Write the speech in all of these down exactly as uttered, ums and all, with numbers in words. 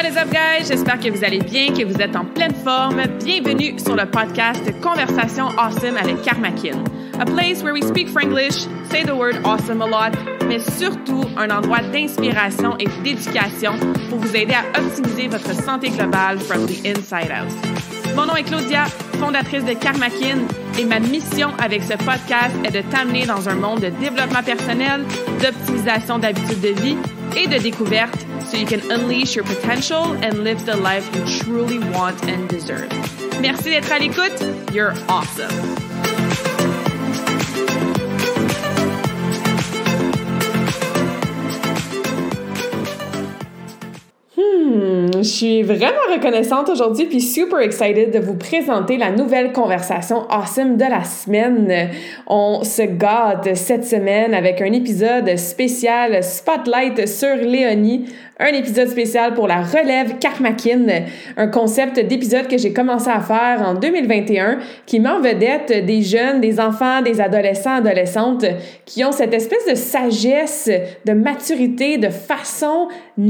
What is up, guys? J'espère que vous allez bien, que vous êtes en pleine forme. Bienvenue sur le podcast Conversation Awesome avec Karmakin. A place where we speak Franglish, say the word awesome a lot, mais surtout un endroit d'inspiration et d'éducation pour vous aider à optimiser votre santé globale from the inside out. Mon nom est Claudia, fondatrice de Karmakin, et ma mission avec ce podcast est de t'amener dans un monde de développement personnel, d'optimisation d'habitudes de vie et de découverte so you can unleash your potential and live the life you truly want and deserve. Merci d'être à l'écoute. You're awesome. Je suis vraiment reconnaissante aujourd'hui puis super excited de vous présenter la nouvelle conversation awesome de la semaine. On se gâte cette semaine avec un épisode spécial Spotlight sur Léonie, un épisode spécial pour la relève Karmakin, un concept d'épisode que j'ai commencé à faire en deux mille vingt et un qui met en vedette des jeunes, des enfants, des adolescents, adolescentes qui ont cette espèce de sagesse, de maturité, de façon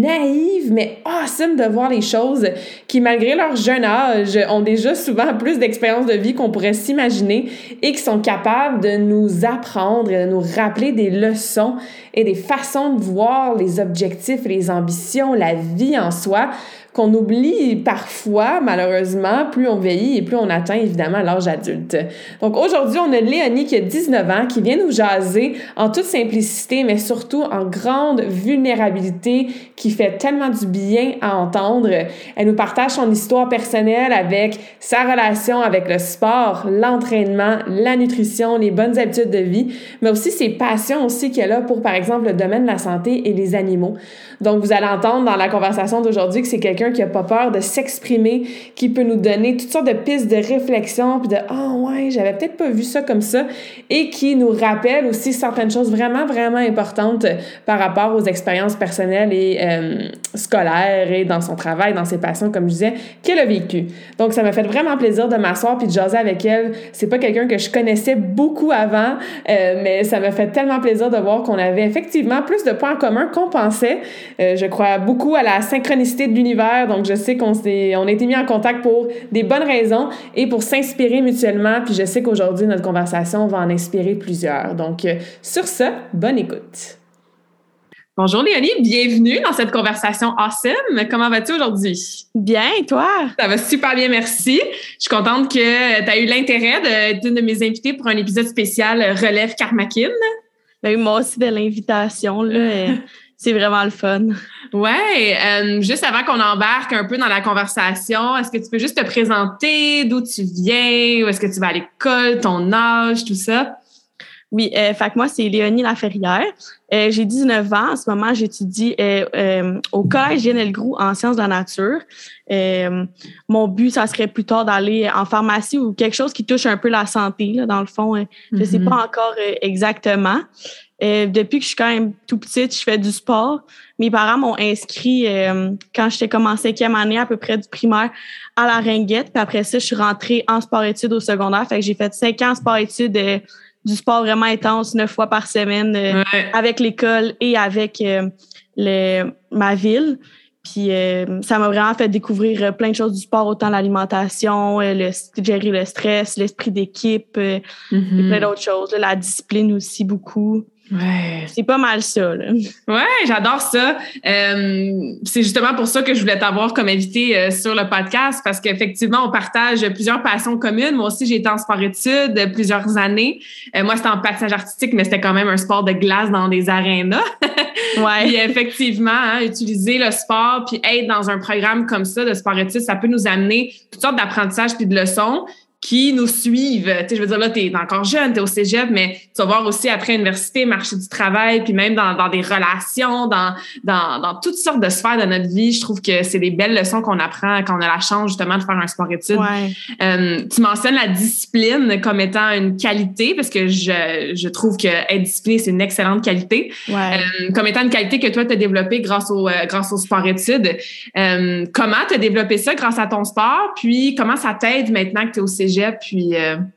naïve mais awesome de voir les choses, qui malgré leur jeune âge ont déjà souvent plus d'expérience de vie qu'on pourrait s'imaginer et qui sont capables de nous apprendre et de nous rappeler des leçons et des façons de voir les objectifs et les ambitions, la vie en soi, qu'on oublie parfois, malheureusement, plus on vieillit et plus on atteint évidemment l'âge adulte. Donc aujourd'hui, on a Léonie qui a dix-neuf ans, qui vient nous jaser en toute simplicité, mais surtout en grande vulnérabilité, qui fait tellement du bien à entendre. Elle nous partage son histoire personnelle avec sa relation avec le sport, l'entraînement, la nutrition, les bonnes habitudes de vie, mais aussi ses passions aussi qu'elle a pour, par exemple, le domaine de la santé et les animaux. Donc, vous allez entendre dans la conversation d'aujourd'hui que c'est quelqu'un qui n'a pas peur de s'exprimer, qui peut nous donner toutes sortes de pistes de réflexion, puis de « Ah oh, ouais, j'avais peut-être pas vu ça comme ça », et qui nous rappelle aussi certaines choses vraiment, vraiment importantes par rapport aux expériences personnelles et euh, scolaires et dans son travail, dans ses passions, comme je disais, qu'elle a vécues. Donc, ça m'a fait vraiment plaisir de m'asseoir puis de jaser avec elle. C'est pas quelqu'un que je connaissais beaucoup avant, euh, mais ça m'a fait tellement plaisir de voir qu'on avait effectivement plus de points en commun qu'on pensait. Euh, je crois beaucoup à la synchronicité de l'univers, donc je sais qu'on s'est, on a été mis en contact pour des bonnes raisons et pour s'inspirer mutuellement, puis je sais qu'aujourd'hui, notre conversation va en inspirer plusieurs. Donc, euh, sur ce, bonne écoute. Bonjour Léonie, bienvenue dans cette conversation awesome. Comment vas-tu aujourd'hui? Bien, et toi? Ça va super bien, merci. Je suis contente que tu as eu l'intérêt d'être une de mes invitées pour un épisode spécial Relève Karmakin. Ben, moi aussi de l'invitation, là. C'est vraiment le fun. Ouais, euh, juste avant qu'on embarque un peu dans la conversation, est-ce que tu peux juste te présenter, d'où tu viens, où est-ce que tu vas à l'école, ton âge, tout ça? Oui, euh, fait que moi, c'est Léonie Laferrière. Euh, j'ai dix-neuf ans. En ce moment, j'étudie euh, euh, au collège Lionel-Groulx en sciences de la nature. Euh, mon but, ça serait plus tard d'aller en pharmacie ou quelque chose qui touche un peu la santé, là, dans le fond. Euh, je ne mm-hmm. sais pas encore euh, exactement. Euh, depuis que je suis quand même tout petite, je fais du sport. Mes parents m'ont inscrit euh, quand j'étais comme en cinquième année à peu près du primaire à la Ringuette. Puis après ça, je suis rentrée en sport-études au secondaire. Fait que j'ai fait cinq ans en sport-études, euh, du sport vraiment intense, neuf fois par semaine, euh, ouais. avec l'école et avec euh, le, ma ville. Puis euh, ça m'a vraiment fait découvrir plein de choses du sport, autant l'alimentation, euh, le, gérer le stress, l'esprit d'équipe, euh, mm-hmm. et plein d'autres choses. Là, la discipline aussi beaucoup. Ouais. C'est pas mal ça, là. Ouais, j'adore ça. Euh, c'est justement pour ça que je voulais t'avoir comme invité euh, sur le podcast, parce qu'effectivement, on partage plusieurs passions communes. Moi aussi, j'ai été en sport-études plusieurs années. Euh, moi, c'était en patinage artistique, mais c'était quand même un sport de glace dans des arénas. Ouais. Puis effectivement, hein, utiliser le sport puis être dans un programme comme ça de sport-études, ça peut nous amener toutes sortes d'apprentissages puis de leçons qui nous suivent. Tu sais, je veux dire, là, t'es encore jeune, t'es au cégep, mais tu vas voir aussi après l'université, marché du travail, puis même dans, dans des relations, dans, dans, dans toutes sortes de sphères de notre vie. Je trouve que c'est des belles leçons qu'on apprend quand on a la chance, justement, de faire un sport-études. Ouais. Euh, tu mentionnes la discipline comme étant une qualité, parce que je, je trouve que être discipliné, c'est une excellente qualité. Ouais. Euh, comme étant une qualité que toi, t'as développée grâce au, euh, grâce au sport-études. Euh, comment t'as développé ça grâce à ton sport? Puis, comment ça t'aide maintenant que t'es au cégep? Puis, euh...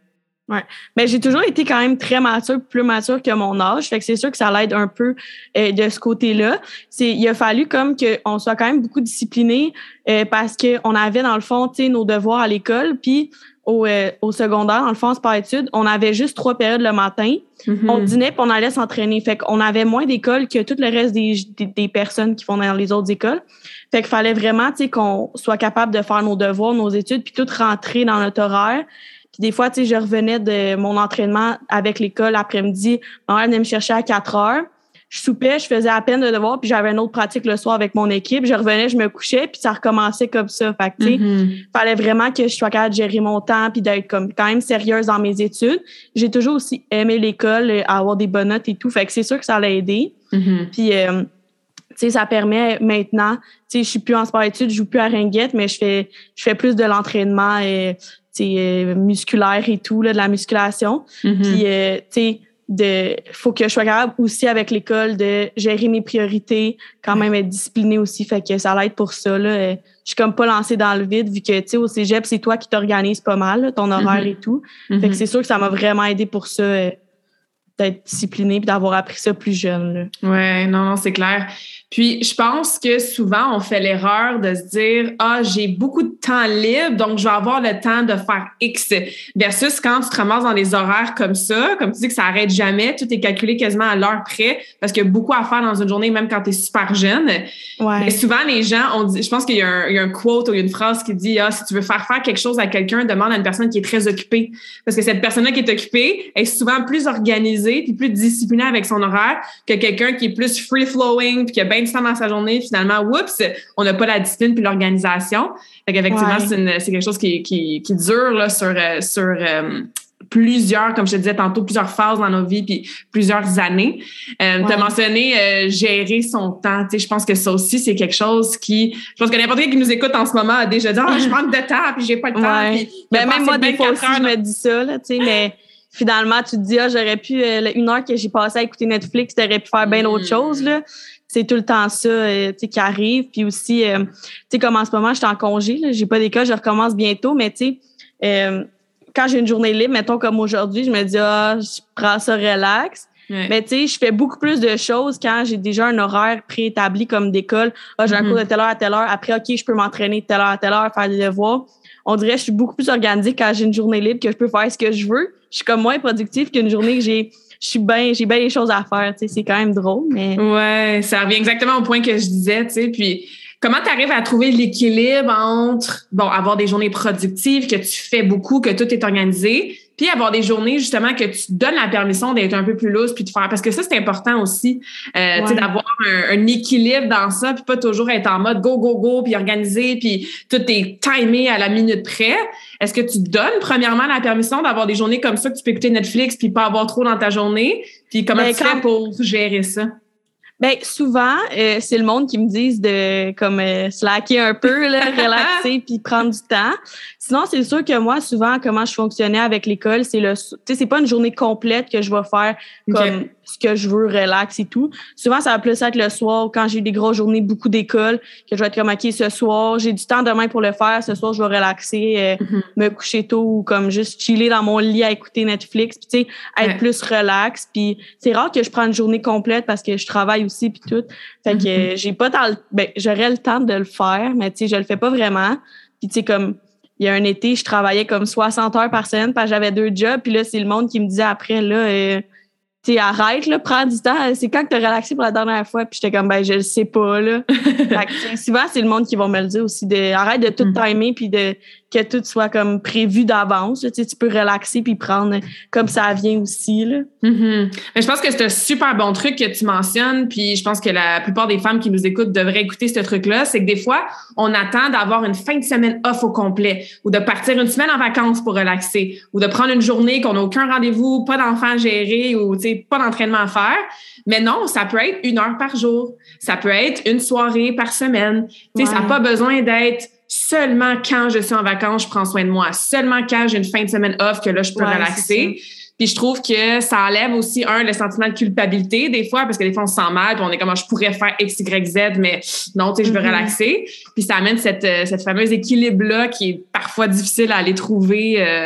Ouais. Mais j'ai toujours été quand même très mature, plus mature que mon âge. Fait que c'est sûr que ça l'aide un peu euh, de ce côté-là. C'est, il a fallu comme qu'on soit quand même beaucoup disciplinés euh, parce qu'on avait, dans le fond, tu sais, nos devoirs à l'école. Puis au, euh, au secondaire, dans le fond, en sport-études, on avait juste trois périodes le matin. Mm-hmm. On dînait puis on allait s'entraîner. Fait qu'on avait moins d'écoles que tout le reste des, des, des personnes qui font dans les autres écoles. Fait qu'il fallait vraiment, tu sais, qu'on soit capable de faire nos devoirs, nos études, puis tout rentrer dans notre horaire. Puis des fois, tu sais, je revenais de mon entraînement avec l'école l'après-midi. Ma mère venait me chercher à quatre heures. Je soupais, je faisais à peine de devoir, puis j'avais une autre pratique le soir avec mon équipe. Je revenais, je me couchais, puis ça recommençait comme ça. Fait que, tu sais, mm-hmm. fallait vraiment que je sois capable de gérer mon temps puis d'être comme quand même sérieuse dans mes études. J'ai toujours aussi aimé l'école, avoir des bonnes notes et tout. Fait que c'est sûr que ça l'a aidé. Mm-hmm. Puis, euh, tu sais, ça permet maintenant, tu sais, je suis plus en sport-études, je joue plus à ringuette, mais je fais, je fais plus de l'entraînement et, euh, musculaire et tout, là, de la musculation. Mm-hmm. Puis, euh, tu sais, de faut que je sois capable aussi avec l'école de gérer mes priorités, quand même être disciplinée aussi, fait que ça l'aide pour ça, là. Je suis comme pas lancée dans le vide, vu que, tu sais, au cégep, c'est toi qui t'organises pas mal, là, ton horaire mm-hmm. et tout. Mm-hmm. Fait que c'est sûr que ça m'a vraiment aidé pour ça, euh, d'être disciplinée puis d'avoir appris ça plus jeune, là. Ouais, non, non, c'est clair. Puis, je pense que souvent, on fait l'erreur de se dire « Ah, j'ai beaucoup de temps libre, donc je vais avoir le temps de faire X. » Versus quand tu te ramasses dans des horaires comme ça, comme tu dis que ça arrête jamais, tout est calculé quasiment à l'heure près parce qu'il y a beaucoup à faire dans une journée, même quand tu es super jeune. Ouais. Mais souvent, les gens, on dit, je pense qu'il y a, un, il y a un quote ou une phrase qui dit « Ah, si tu veux faire faire quelque chose à quelqu'un, demande à une personne qui est très occupée. » Parce que cette personne-là qui est occupée est souvent plus organisée puis plus disciplinée avec son horaire que quelqu'un qui est plus free-flowing puis qui a bien du temps dans sa journée, finalement, oups, on n'a pas la discipline puis l'organisation. Fait qu'effectivement, ouais. c'est, une, c'est quelque chose qui, qui, qui dure là, sur, sur euh, plusieurs, comme je te disais tantôt, plusieurs phases dans nos vies puis plusieurs années. Euh, ouais. Tu as mentionné euh, gérer son temps. Tu sais, je pense que ça aussi, c'est quelque chose qui... Je pense que n'importe qui qui nous écoute en ce moment a déjà dit « Ah, oh, je manque de temps puis j'ai pas le temps. Ouais. » Puis, ben, même moi, des fois aussi, je me dis ça, là, tu sais, mais... Finalement, tu te dis, ah, j'aurais pu, euh, une heure que j'ai passé à écouter Netflix, t'aurais pu faire bien d'autres choses, là. C'est tout le temps ça, euh, tu sais, qui arrive. Puis aussi, euh, tu sais, comme en ce moment, je suis en congé, là, j'ai pas d'école, je recommence bientôt, mais tu sais, euh, quand j'ai une journée libre, mettons comme aujourd'hui, je me dis, ah, je prends ça relax. Ouais. Mais tu sais, je fais beaucoup plus de choses quand j'ai déjà un horaire préétabli comme d'école. Ah, j'ai mm-hmm. un cours de telle heure à telle heure. Après, OK, je peux m'entraîner de telle heure à telle heure, faire des devoirs. On dirait que je suis beaucoup plus organisée quand j'ai une journée libre, que je peux faire ce que je veux. Je suis comme moins productive qu'une journée que j'ai, je suis bien, j'ai bien les choses à faire. Tu sais, c'est quand même drôle, mais. Ouais, ça revient exactement au point que je disais, tu sais. Puis, comment tu arrives à trouver l'équilibre entre, bon, avoir des journées productives, que tu fais beaucoup, que tout est organisé, puis avoir des journées, justement, que tu te donnes la permission d'être un peu plus loose puis de faire... Parce que ça, c'est important aussi, euh, ouais. tu sais, d'avoir un, un équilibre dans ça puis pas toujours être en mode go, go, go, puis organisé, puis tout est timé à la minute près. Est-ce que tu te donnes, premièrement, la permission d'avoir des journées comme ça que tu peux écouter Netflix puis pas avoir trop dans ta journée? Puis comment ben, tu fais pour gérer ça? Ben souvent, euh, c'est le monde qui me disent de comme euh, slacker un peu, là, relaxer puis prendre du temps. Sinon, c'est sûr que moi, souvent, comment je fonctionnais avec l'école, c'est le, tu sais, c'est pas une journée complète que je vais faire comme okay. ce que je veux, relax et tout. Souvent, ça va plus être le soir quand j'ai eu des grosses journées, beaucoup d'école, que je vais être comme ok, ce soir, j'ai du temps demain pour le faire. Ce soir, je vais relaxer, euh, mm-hmm. me coucher tôt ou comme juste chiller dans mon lit à écouter Netflix, puis tu sais, être ouais. plus relax. Puis c'est rare que je prenne une journée complète parce que je travaille aussi puis tout. Fait que mm-hmm. euh, j'ai pas tant le, ben j'aurais le temps de le faire, mais tu sais, je le fais pas vraiment. Puis tu sais, comme il y a un été, je travaillais comme soixante heures par semaine parce que j'avais deux jobs. Puis là, c'est le monde qui me disait après, là, euh, tu sais, arrête, là, prends du temps. C'est quand que t'as relaxé pour la dernière fois? Puis j'étais comme, ben, je le sais pas, là. Fait que, souvent, c'est le monde qui va me le dire aussi. De, arrête de tout mm-hmm. timer puis de que tout soit comme prévu d'avance. Tu sais, tu peux relaxer puis prendre comme ça vient aussi, là. Mm-hmm. Mais je pense que c'est un super bon truc que tu mentionnes. Puis je pense que la plupart des femmes qui nous écoutent devraient écouter ce truc-là. C'est que des fois, on attend d'avoir une fin de semaine off au complet ou de partir une semaine en vacances pour relaxer ou de prendre une journée qu'on n'a aucun rendez-vous, pas d'enfants à gérer ou, tu sais, pas d'entraînement à faire. Mais non, ça peut être une heure par jour. Ça peut être une soirée par semaine. Tu sais, ouais. ça n'a pas besoin d'être seulement quand je suis en vacances, je prends soin de moi. Seulement quand j'ai une fin de semaine off que là, je peux ouais, relaxer. Puis je trouve que ça enlève aussi, un, le sentiment de culpabilité des fois, parce que des fois, on se sent mal, puis on est comme, je pourrais faire X, Y, Z, mais non, tu sais, je veux mm-hmm. relaxer. Puis ça amène cette, cette fameuse équilibre-là qui est parfois difficile à aller trouver euh,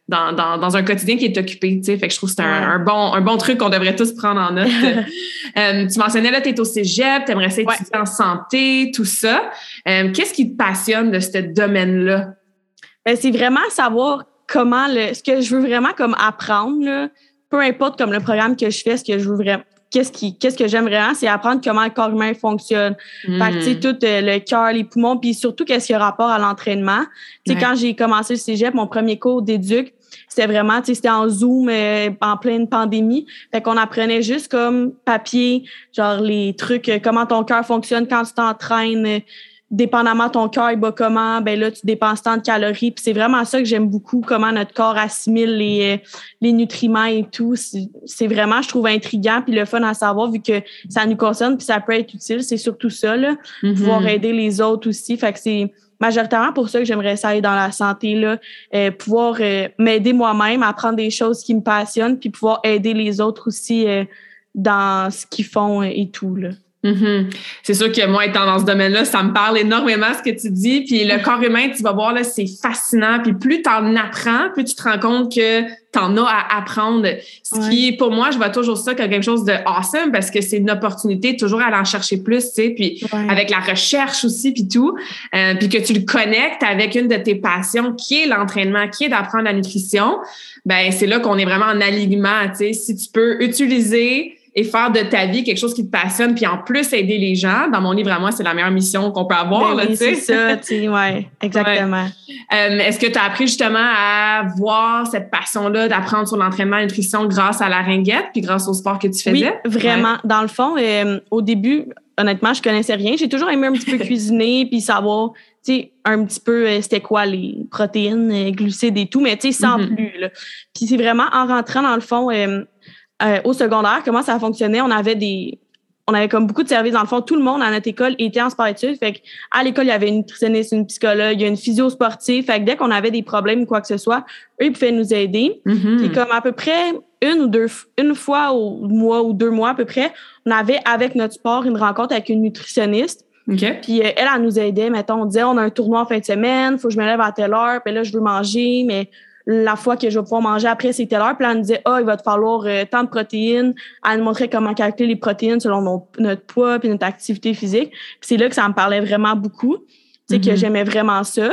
dans, dans, dans un quotidien qui est occupé, tu sais. Fait que je trouve que c'est un, ouais. un, bon, un bon truc qu'on devrait tous prendre en note. euh, tu mentionnais, là, tu es au cégep, tu aimerais étudier ouais. en santé, tout ça. Euh, qu'est-ce qui te passionne de ce domaine-là? Ben, c'est vraiment savoir comment, le, ce que je veux vraiment comme apprendre, là, peu importe comme le programme que je fais, ce que je veux vraiment... Qu'est-ce, qui, qu'est-ce que j'aime vraiment, c'est apprendre comment le corps humain fonctionne. Mm. Fait que, tu sais, tout euh, le cœur, les poumons, puis surtout, qu'est-ce qui a rapport à l'entraînement. Tu sais, ouais. quand j'ai commencé le cégep, mon premier cours d'éduc, c'était vraiment, tu sais, c'était en Zoom, euh, en pleine pandémie. Fait qu'on apprenait juste comme papier, genre les trucs, euh, comment ton cœur fonctionne quand tu t'entraînes, euh, dépendamment ton cœur il bat comment, ben là tu dépenses tant de calories, puis c'est vraiment ça que j'aime beaucoup, comment notre corps assimile les les nutriments et tout. C'est, c'est vraiment, je trouve, intriguant puis le fun à savoir vu que ça nous concerne puis ça peut être utile. C'est surtout ça là, mm-hmm. pouvoir aider les autres aussi. Fait que c'est majoritairement pour ça que j'aimerais ça aller dans la santé là, euh, pouvoir euh, m'aider moi-même, apprendre des choses qui me passionnent puis pouvoir aider les autres aussi euh, dans ce qu'ils font euh, et tout là. Mm-hmm. C'est sûr que moi, étant dans ce domaine-là, ça me parle énormément ce que tu dis. Puis le corps humain, tu vas voir, là, c'est fascinant. Puis plus tu en apprends, plus tu te rends compte que tu en as à apprendre. Ce ouais. qui, pour moi, je vois toujours ça comme quelque chose de awesome parce que c'est une opportunité toujours à aller en chercher plus, tu sais. Puis ouais. avec la recherche aussi, puis tout. Euh, puis que tu le connectes avec une de tes passions qui est l'entraînement, qui est d'apprendre la nutrition. Ben c'est là qu'on est vraiment en alignement, tu sais. Si tu peux utiliser et faire de ta vie quelque chose qui te passionne, puis en plus aider les gens. Dans mon livre à moi, c'est la meilleure mission qu'on peut avoir. Ben là, oui, c'est ça, tu sais, ouais, exactement. Ouais. Euh, est-ce que tu as appris justement à voir cette passion-là d'apprendre sur l'entraînement et la nutrition grâce à la ringuette, puis grâce au sport que tu faisais? Oui, vraiment. Ouais. Dans le fond, euh, au début, honnêtement, je connaissais rien. J'ai toujours aimé un petit peu cuisiner, puis savoir, tu sais, un petit peu euh, c'était quoi les protéines, euh, glucides et tout, mais tu sais, sans mm-hmm. plus. Là. Puis c'est vraiment en rentrant dans le fond... Euh, Euh, au secondaire, comment ça fonctionnait? On avait des, on avait comme beaucoup de services. Dans le fond, tout le monde à notre école était en sport-études. Fait qu'à l'école, il y avait une nutritionniste, une psychologue, il y a une physio sportive. Fait que dès qu'on avait des problèmes ou quoi que ce soit, eux, ils pouvaient nous aider. Mm-hmm. Puis comme à peu près une ou deux, une fois au mois ou deux mois à peu près, on avait avec notre sport une rencontre avec une nutritionniste. Okay. Puis euh, elle, elle nous aidait. Mettons, on disait, on a un tournoi en fin de semaine, faut que je me lève à telle heure. Puis là, je veux manger, mais la fois que je vais pouvoir manger après, c'est telle heure. Puis là, elle nous disait, ah, oh, il va te falloir euh, tant de protéines. Elle nous montrait comment calculer les protéines selon nos, notre poids puis notre activité physique. Puis c'est là que ça me parlait vraiment beaucoup. Tu sais, mm-hmm. que j'aimais vraiment ça.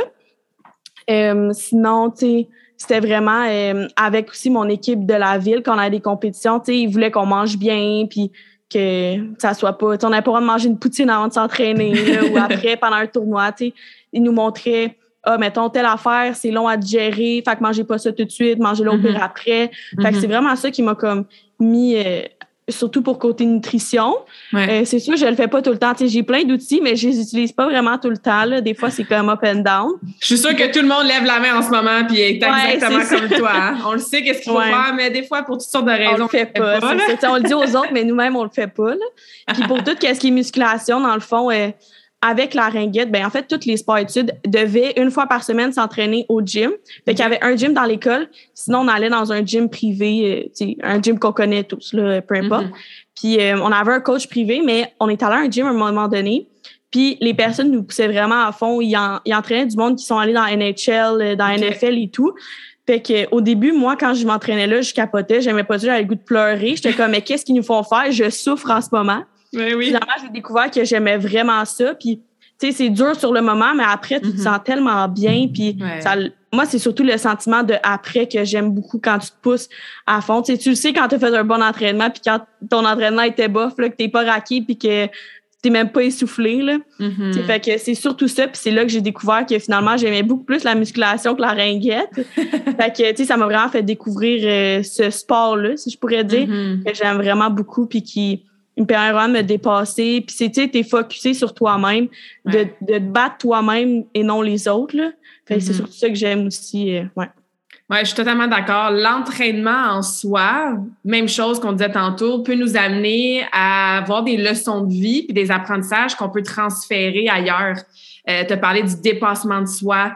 Euh, sinon, tu sais, c'était vraiment euh, avec aussi mon équipe de la ville, quand on avait des compétitions, tu sais, ils voulaient qu'on mange bien, puis que ça soit pas... Tu sais, on n'avait pas le droit de manger une poutine avant de s'entraîner, là, ou après, pendant un tournoi, tu sais. Ils nous montraient... Ah, mettons, telle affaire, c'est long à digérer, fait que mangez pas ça tout de suite, mangez-le au pire après. Fait mm-hmm. que c'est vraiment ça qui m'a comme mis, euh, surtout pour côté nutrition. Ouais. Euh, c'est sûr, je le fais pas tout le temps. Tu sais, j'ai plein d'outils, mais je les utilise pas vraiment tout le temps, là. Des fois, c'est comme up and down. Je suis sûre que tout le monde lève la main en ce moment puis est ouais, exactement c'est comme ça. Toi. Hein? On le sait qu'est-ce qu'il faut ouais. faire, mais des fois, pour toutes sortes de raisons, on le fait, on le fait pas. pas c'est ça. On le dit aux autres, mais nous-mêmes, on le fait pas, là. Puis pour tout ce qui est musculation, dans le fond, euh, avec la ringuette, ben en fait, toutes les sports-études devaient une fois par semaine s'entraîner au gym. Fait qu'il y avait un gym dans l'école. Sinon, on allait dans un gym privé, euh, un gym qu'on connaît tous, là, peu importe. Mm-hmm. Puis euh, on avait un coach privé, mais on est allé à un gym à un moment donné. Puis les personnes nous poussaient vraiment à fond. Ils, en, ils entraînaient du monde qui sont allés dans N H L, dans okay. N F L et tout. Fait que au début, moi, quand je m'entraînais là, je capotais. J'aimais pas ça, j'avais le goût de pleurer. J'étais comme, mais qu'est-ce qu'ils nous font faire? Je souffre en ce moment. Mais oui. Finalement, j'ai découvert que j'aimais vraiment ça. Puis, tu sais, c'est dur sur le moment, mais après, tu mm-hmm. te sens tellement bien. Puis, ouais. ça, moi, c'est surtout le sentiment de après que j'aime beaucoup quand tu te pousses à fond. Tu sais, tu le sais quand tu as fait un bon entraînement, puis quand ton entraînement était bof, là, que t'es pas raqué, puis que t'es même pas essoufflé, là. Mm-hmm. Tu sais, fait que c'est surtout ça. Puis c'est là que j'ai découvert que finalement, j'aimais beaucoup plus la musculation que la ringuette. Fait que, tu sais, ça m'a vraiment fait découvrir euh, ce sport-là, si je pourrais dire, mm-hmm. que j'aime vraiment beaucoup, puis qui il me permet vraiment de me dépasser. Puis c'est, tu sais, t'es focusé sur toi-même, ouais. de, de te battre toi-même et non les autres, là. Fait que mm-hmm. c'est surtout ça que j'aime aussi, euh, ouais. Ouais, je suis totalement d'accord. L'entraînement en soi, même chose qu'on disait tantôt, peut nous amener à avoir des leçons de vie puis des apprentissages qu'on peut transférer ailleurs. Euh, tu as parlé du dépassement de soi.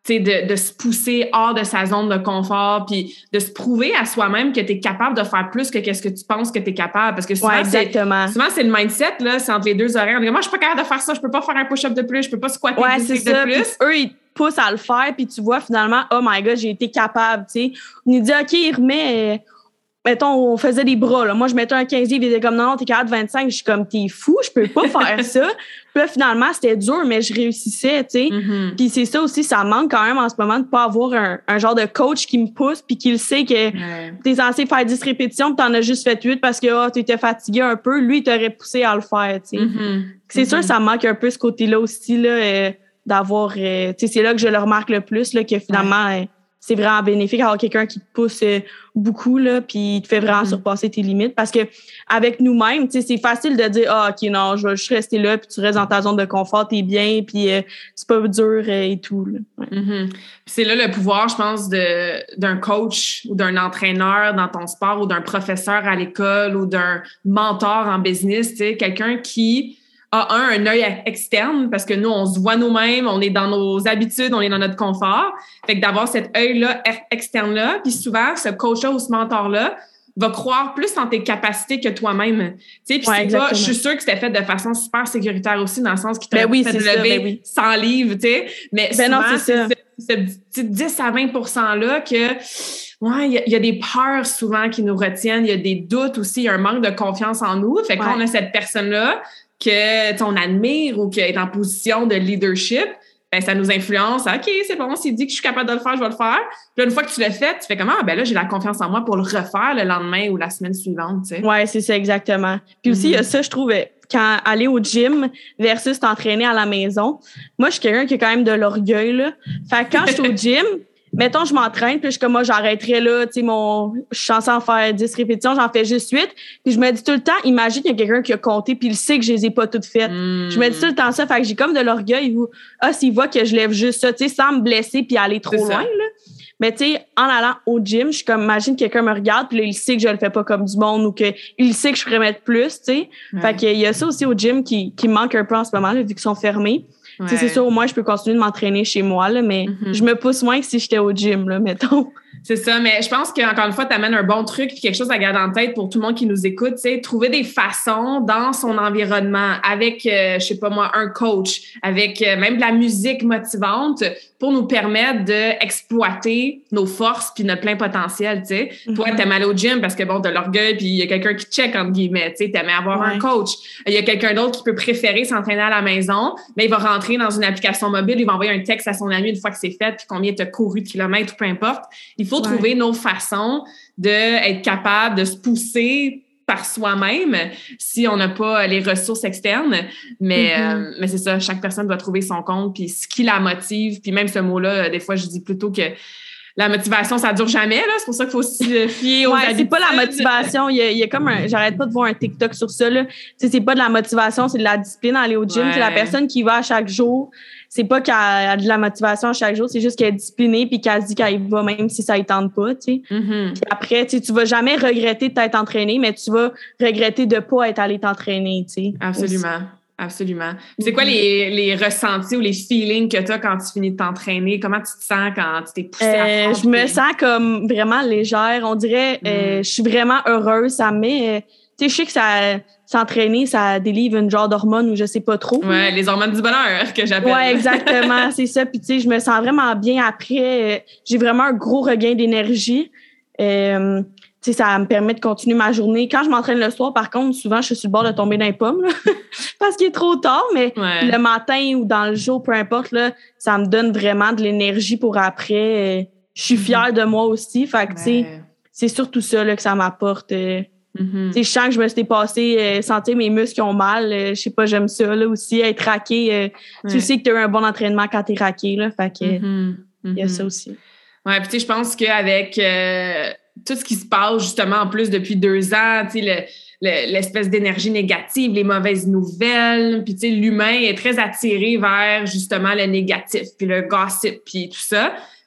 De, de se pousser hors de sa zone de confort, puis de se prouver à soi-même que tu es capable de faire plus que qu'est-ce que tu penses que tu es capable. Parce que souvent, ouais, exactement. C'est, souvent, c'est le mindset, là, c'est entre les deux oreilles. On dit, moi, je suis pas capable de faire ça, je peux pas faire un push-up de plus, je peux pas squatter ouais, de c'est ça. plus. Puis eux, ils te poussent à le faire, puis tu vois finalement, oh my God, j'ai été capable, tu sais. On nous dit, OK, il remet... Euh, mettons, on faisait des bras, là. Moi, je mettais un quinze livres, il était comme, non, non, t'es capable de vingt-cinq. Je suis comme, t'es fou, je peux pas faire ça. Puis là, finalement, c'était dur, mais je réussissais, tu sais. Mm-hmm. Puis c'est ça aussi, ça manque quand même en ce moment de pas avoir un, un genre de coach qui me pousse puis qui le sait que ouais. t'es censé faire dix répétitions puis t'en as juste fait huit parce que oh, t'étais fatigué un peu. Lui, il t'aurait poussé à le faire, tu sais. Mm-hmm. C'est mm-hmm. sûr, ça manque un peu ce côté-là aussi, là, euh, d'avoir... Euh, tu sais, c'est là que je le remarque le plus, là, que finalement... Ouais. Euh, c'est vraiment bénéfique d'avoir quelqu'un qui te pousse euh, beaucoup, là, puis il te fait vraiment mm-hmm. surpasser tes limites. Parce que avec nous-mêmes, tu sais, c'est facile de dire, ah, OK, non, je vais juste rester là, puis tu restes dans ta zone de confort, t'es bien, puis euh, c'est pas dur euh, et tout, là. Ouais. Mm-hmm. Puis c'est là le pouvoir, je pense, de, d'un coach ou d'un entraîneur dans ton sport ou d'un professeur à l'école ou d'un mentor en business, tu sais, quelqu'un qui a un, un œil externe parce que nous, on se voit nous-mêmes, on est dans nos habitudes, on est dans notre confort. Fait que d'avoir cet œil-là externe-là, puis souvent, ce coach-là ou ce mentor-là va croire plus en tes capacités que toi-même. Tu sais, puis ouais, c'est pas, je suis sûre que c'était fait de façon super sécuritaire aussi, dans le sens qu'il t'a ben oui, fait c'est lever ça, ben oui. cent livres, tu sais. Mais ben souvent, non, c'est, c'est ce, ce petit dix à vingt pour cent-là que... Ouais, il y, y a des peurs souvent qui nous retiennent, il y a des doutes aussi, il y a un manque de confiance en nous. Fait que ouais. quand on a cette personne-là que on admire ou qui est en position de leadership, ben ça nous influence. OK, c'est bon, s'il dit que je suis capable de le faire, je vais le faire. Puis là, une fois que tu l'as fait, tu fais comment? Ah, ben là, j'ai la confiance en moi pour le refaire le lendemain ou la semaine suivante, tu sais. Ouais, c'est ça, exactement. Puis mm-hmm. aussi, il y a ça, je trouve, quand aller au gym versus t'entraîner à la maison. Moi, je suis quelqu'un qui a quand même de l'orgueil, là. Fait que quand je suis au gym, mettons, je m'entraîne, puis je suis comme moi, j'arrêterais là, tu sais, mon, je suis censée en faire dix répétitions, j'en fais juste huit. Puis je me dis tout le temps, imagine qu'il y a quelqu'un qui a compté, puis il sait que je les ai pas toutes faites. Mm. Je me dis tout le temps ça, fait que j'ai comme de l'orgueil où, ah, s'il voit que je lève juste ça, tu sais, sans me blesser puis aller trop loin, là. Mais tu sais, en allant au gym, je suis comme, imagine que quelqu'un me regarde, puis là, il sait que je le fais pas comme du monde ou qu'il sait que je pourrais mettre plus, tu sais. Ouais. Fait qu'il y a ça aussi au gym qui, qui me manque un peu en ce moment, là, vu qu'ils sont fermés. Ouais. C'est sûr, au moins, je peux continuer de m'entraîner chez moi, là, mais mm-hmm. je me pousse moins que si j'étais au gym, là, mettons. C'est ça, mais je pense qu'encore une fois, tu amènes un bon truc puis quelque chose à garder en tête pour tout le monde qui nous écoute, tu sais, trouver des façons dans son environnement avec, euh, je sais pas moi, un coach, avec euh, même de la musique motivante pour nous permettre d'exploiter nos forces puis notre plein potentiel, tu sais. Mm-hmm. Toi, t'aimes aller au gym parce que, bon, t'as l'orgueil puis il y a quelqu'un qui check, entre guillemets, tu sais, t'aimes avoir ouais. un coach. Il y a quelqu'un d'autre qui peut préférer s'entraîner à la maison, mais il va rentrer dans une application mobile, il va envoyer un texte à son ami une fois que c'est fait puis combien t'as couru de kilomètres ou peu importe. Il faut ouais. trouver nos façons d'être capable de se pousser par soi-même si on n'a pas les ressources externes. Mais, mm-hmm. euh, mais c'est ça, chaque personne doit trouver son compte puis ce qui la motive. Puis même ce mot-là, des fois, je dis plutôt que la motivation, ça dure jamais. Là. C'est pour ça qu'il faut se fier aux ouais, habitudes. C'est pas la motivation. Il y a, il y a comme un... J'arrête pas de voir un TikTok sur ça. Là. Tu sais, c'est pas de la motivation, c'est de la discipline à aller au gym. Ouais. C'est la personne qui va à chaque jour. C'est pas qu'elle a de la motivation chaque jour, c'est juste qu'elle est disciplinée puis qu'elle se dit qu'elle y va même si ça ne tente pas, tu sais. Mm-hmm. Puis après, tu sais, tu vas jamais regretter de t'être entraîné, mais tu vas regretter de pas être allé t'entraîner, tu sais. Absolument. Aussi. Absolument. Puis c'est quoi les, les ressentis ou les feelings que tu as quand tu finis de t'entraîner? Comment tu te sens quand tu t'es poussée euh, à fond? Je me sens comme vraiment légère. On dirait, mm. euh, je suis vraiment heureuse. Ça me met... Euh, tu sais, je sais que ça, s'entraîner, ça délivre une genre d'hormone ou je sais pas trop. Ouais, les hormones du bonheur que j'appelle. Ouais, exactement, c'est ça. Puis tu sais, je me sens vraiment bien après. J'ai vraiment un gros regain d'énergie. Euh, tu sais, ça me permet de continuer ma journée. Quand je m'entraîne le soir, par contre, souvent, je suis sur le bord de tomber dans les pommes, là, parce qu'il est trop tard, mais ouais. le matin ou dans le jour, peu importe, là, ça me donne vraiment de l'énergie pour après. Je suis fière de moi aussi. Fait que, ouais. tu sais, c'est surtout ça là, que ça m'apporte. Mm-hmm. Je sens que je me suis dépassée, euh, sentir mes muscles qui ont mal. Euh, je sais pas, j'aime ça là, aussi, être raqué. Euh, ouais. Tu sais que tu as eu un bon entraînement quand tu es raqué. Là, fait que, mm-hmm. il y a ça aussi. Ouais, puis tu sais, je pense qu'avec euh, tout ce qui se passe justement en plus depuis deux ans, tu sais, le, le, l'espèce d'énergie négative, les mauvaises nouvelles, puis tu sais, l'humain est très attiré vers justement le négatif, puis le gossip, puis tout ça.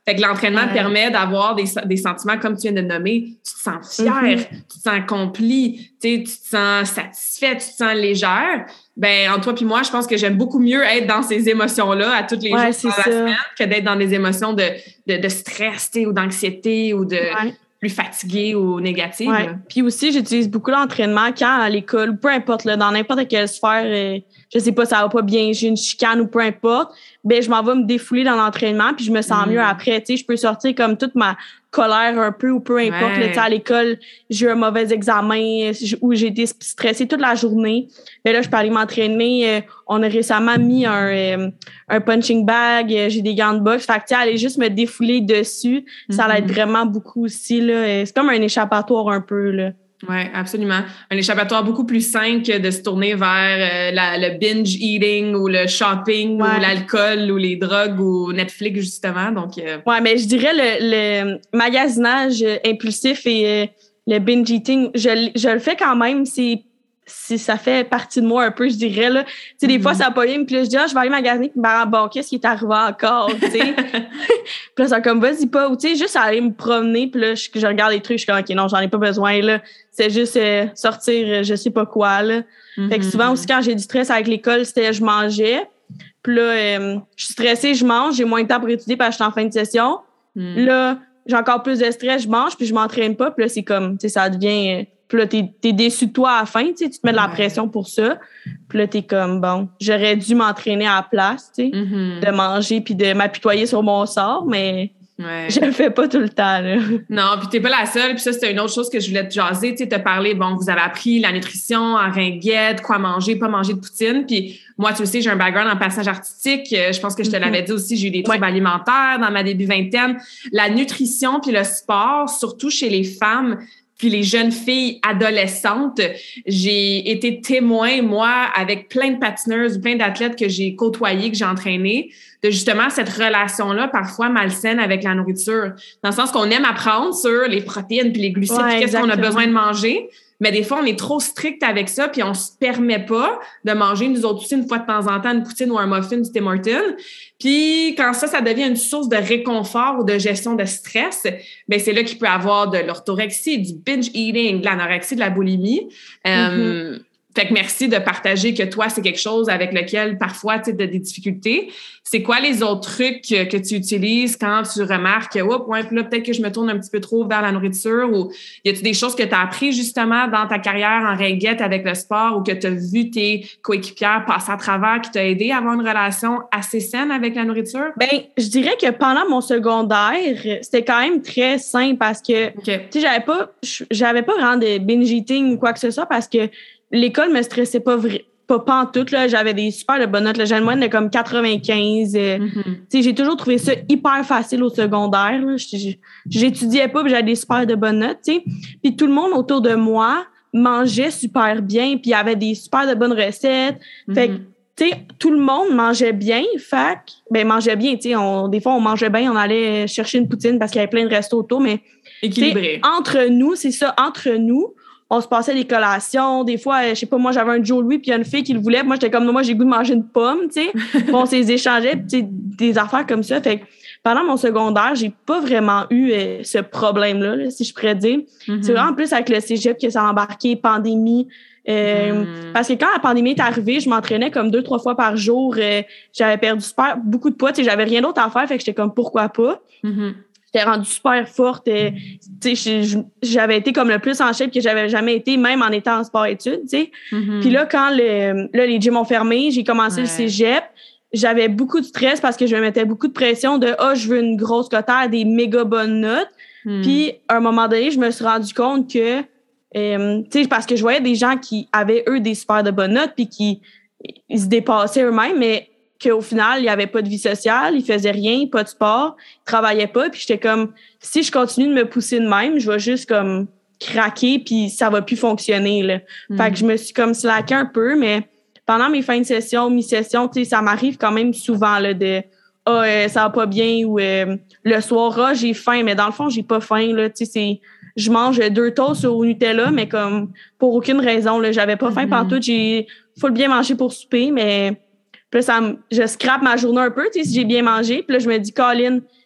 Fait que l'entraînement Ouais. permet d'avoir des, des sentiments, comme tu viens de nommer, tu te sens fier, Mm-hmm. tu te sens accompli, tu te sens satisfait, tu te sens légère. Ben, en toi puis moi, je pense que j'aime beaucoup mieux être dans ces émotions-là à tous les Ouais, jours c'est dans la ça. semaine que d'être dans des émotions de, de, de stress, tu sais, ou d'anxiété ou de Ouais. plus fatigué ou négative. Ouais. Puis aussi, j'utilise beaucoup l'entraînement quand à l'école, peu importe, là, dans n'importe quelle sphère, euh, je sais pas, ça va pas bien, j'ai une chicane ou peu importe, ben je m'en vais me défouler dans l'entraînement puis je me sens Mm. mieux après. Tu sais, je peux sortir comme toute ma colère un peu ou peu importe. Ouais. Là, tu sais, à l'école, j'ai eu un mauvais examen où j'ai été stressée toute la journée. Mais là, je peux aller m'entraîner. Euh, on a récemment mis un, euh, un punching bag. Euh, j'ai des gants de boxe. Fait que, tu sais, aller juste me défouler dessus, mm-hmm. ça l'aide vraiment beaucoup aussi. Là. C'est comme un échappatoire un peu, là. Oui, absolument. Un échappatoire beaucoup plus sain que de se tourner vers euh, la, le binge eating ou le shopping ouais. ou l'alcool ou les drogues ou Netflix, justement. Donc, euh... ouais, mais je dirais le, le magasinage impulsif et euh, le binge eating, je, je le fais quand même. C'est, c'est, ça fait partie de moi un peu, je dirais. Là. Tu sais, des mm-hmm. fois, ça pas bien. Puis là, je dis, ah, je vais aller magasiner. Puis ben, bon, qu'est-ce qui est arrivé encore? Tu sais. Puis là, c'est comme, vas-y pas. Ou tu sais, juste aller me promener. Puis là, je, je regarde les trucs. Je suis comme, OK, non, j'en ai pas besoin. Là. C'est juste euh, sortir, euh, je sais pas quoi. Là. Mm-hmm. Fait que souvent aussi, quand j'ai du stress avec l'école, c'était je mangeais. Puis là, euh, je suis stressée, je mange. J'ai moins de temps pour étudier parce que je suis en fin de session. Mm. Là, j'ai encore plus de stress, je mange, puis je m'entraîne pas. Puis là, c'est comme, tu sais, ça devient... Euh, puis là, t'es, t'es déçu de toi à la fin, tu sais, tu te mets de la ouais. pression pour ça. Puis là, t'es comme, bon, j'aurais dû m'entraîner à la place, tu sais, mm-hmm. de manger puis de m'apitoyer sur mon sort, mais... Ouais. Je le fais pas tout le temps, là. Non, puis t'es pas la seule. Puis ça, c'était une autre chose que je voulais te jaser. Tu sais, te parler, bon, vous avez appris la nutrition en ringuette, quoi manger, pas manger de poutine. Puis moi, tu le sais, j'ai un background en passage artistique. Je pense que je te l'avais dit aussi, j'ai eu des troubles ouais. alimentaires dans ma début vingtaine. La nutrition puis le sport, surtout chez les femmes, puis les jeunes filles adolescentes, j'ai été témoin, moi, avec plein de patineuses, plein d'athlètes que j'ai côtoyés, que j'ai entraînés, de justement cette relation-là, parfois malsaine avec la nourriture. Dans le sens qu'on aime apprendre sur les protéines puis les glucides, ouais, qu'est-ce qu'on a besoin de manger. Mais des fois, on est trop strict avec ça, puis on se permet pas de manger, nous autres aussi, une fois de temps en temps, une poutine ou un muffin du Tim Hortons. Puis quand ça, ça devient une source de réconfort ou de gestion de stress, ben c'est là qu'il peut y avoir de l'orthorexie, du binge eating, de l'anorexie, de la boulimie. Mm-hmm. Euh, Fait que merci de partager que toi, c'est quelque chose avec lequel parfois tu as des difficultés. C'est quoi les autres trucs que, que tu utilises quand tu remarques, oups, ouais, là, peut-être que je me tourne un petit peu trop vers la nourriture, ou y a-tu des choses que tu as appris justement dans ta carrière en ringuette avec le sport ou que tu as vu tes coéquipières passer à travers qui t'a aidé à avoir une relation assez saine avec la nourriture? Ben, je dirais que pendant mon secondaire, c'était quand même très sain parce que, okay. tu sais, j'avais pas, j'avais pas vraiment de binge eating ou quoi que ce soit parce que l'école me stressait pas vrai, pas pantoute, là. J'avais des super de bonnes notes. Là. J'avais une moyenne de comme quatre-vingt-quinze. Mm-hmm. Tu sais, j'ai toujours trouvé ça hyper facile au secondaire. Là. J'étudiais pas, puis j'avais des super de bonnes notes, tu sais. Puis tout le monde autour de moi mangeait super bien, puis il y avait des super de bonnes recettes. Mm-hmm. Fait que, tu sais, tout le monde mangeait bien. Fait que, ben, mangeait bien, tu sais. On, des fois, on mangeait bien, on allait chercher une poutine parce qu'il y avait plein de restos autour, mais... Équilibré. Entre nous, c'est ça, entre nous, on se passait des collations. Des fois, je sais pas, moi, j'avais un Joe Louis puis il y a une fille qui le voulait. Moi, j'étais comme, moi, j'ai le goût de manger une pomme, tu sais. On s'est échangé, tu sais, des affaires comme ça. Fait que pendant mon secondaire, j'ai pas vraiment eu euh, ce problème-là, là, si je pourrais dire. Mm-hmm. C'est vraiment plus avec le cégep que ça a embarqué, pandémie. Euh, mm. Parce que quand la pandémie est arrivée, je m'entraînais comme deux, trois fois par jour. Euh, j'avais perdu super, beaucoup de poids. Tu sais, j'avais rien d'autre à faire. Fait que j'étais comme, pourquoi pas? Mm-hmm. J'étais rendue super forte. Et, tu sais, j'avais été comme le plus en shape que j'avais jamais été, même en étant en sport-études, tu sais. Mm-hmm. Puis là, quand le, là, les gyms ont fermé, j'ai commencé ouais. le cégep. J'avais beaucoup de stress parce que je me mettais beaucoup de pression de « Ah, oh, je veux une grosse cotère, des méga bonnes notes. Mm. » Puis, à un moment donné, je me suis rendu compte que, euh, tu sais, parce que je voyais des gens qui avaient, eux, des super de bonnes notes puis qui ils se dépassaient eux-mêmes, mais qu'au final, il n'y avait pas de vie sociale, il faisait rien, pas de sport, il travaillait pas, puis j'étais comme, si je continue de me pousser de même, je vais juste comme craquer, puis ça va plus fonctionner, là. Mm. Fait que je me suis comme slacké un peu, mais pendant mes fins de session, mi-session, tu sais, ça m'arrive quand même souvent, là, de, ah, oh, euh, ça va pas bien, ou euh, le soir, ah, j'ai faim, mais dans le fond, j'ai pas faim, là, tu sais, c'est, je mange deux toasts au Nutella, mais comme, pour aucune raison, là, j'avais pas faim mm-hmm. pantoute, j'ai full bien mangé pour souper, mais... Puis là, ça me, je scrape ma journée un peu, tu sais, si j'ai bien mangé. Puis là, je me dis, Colin,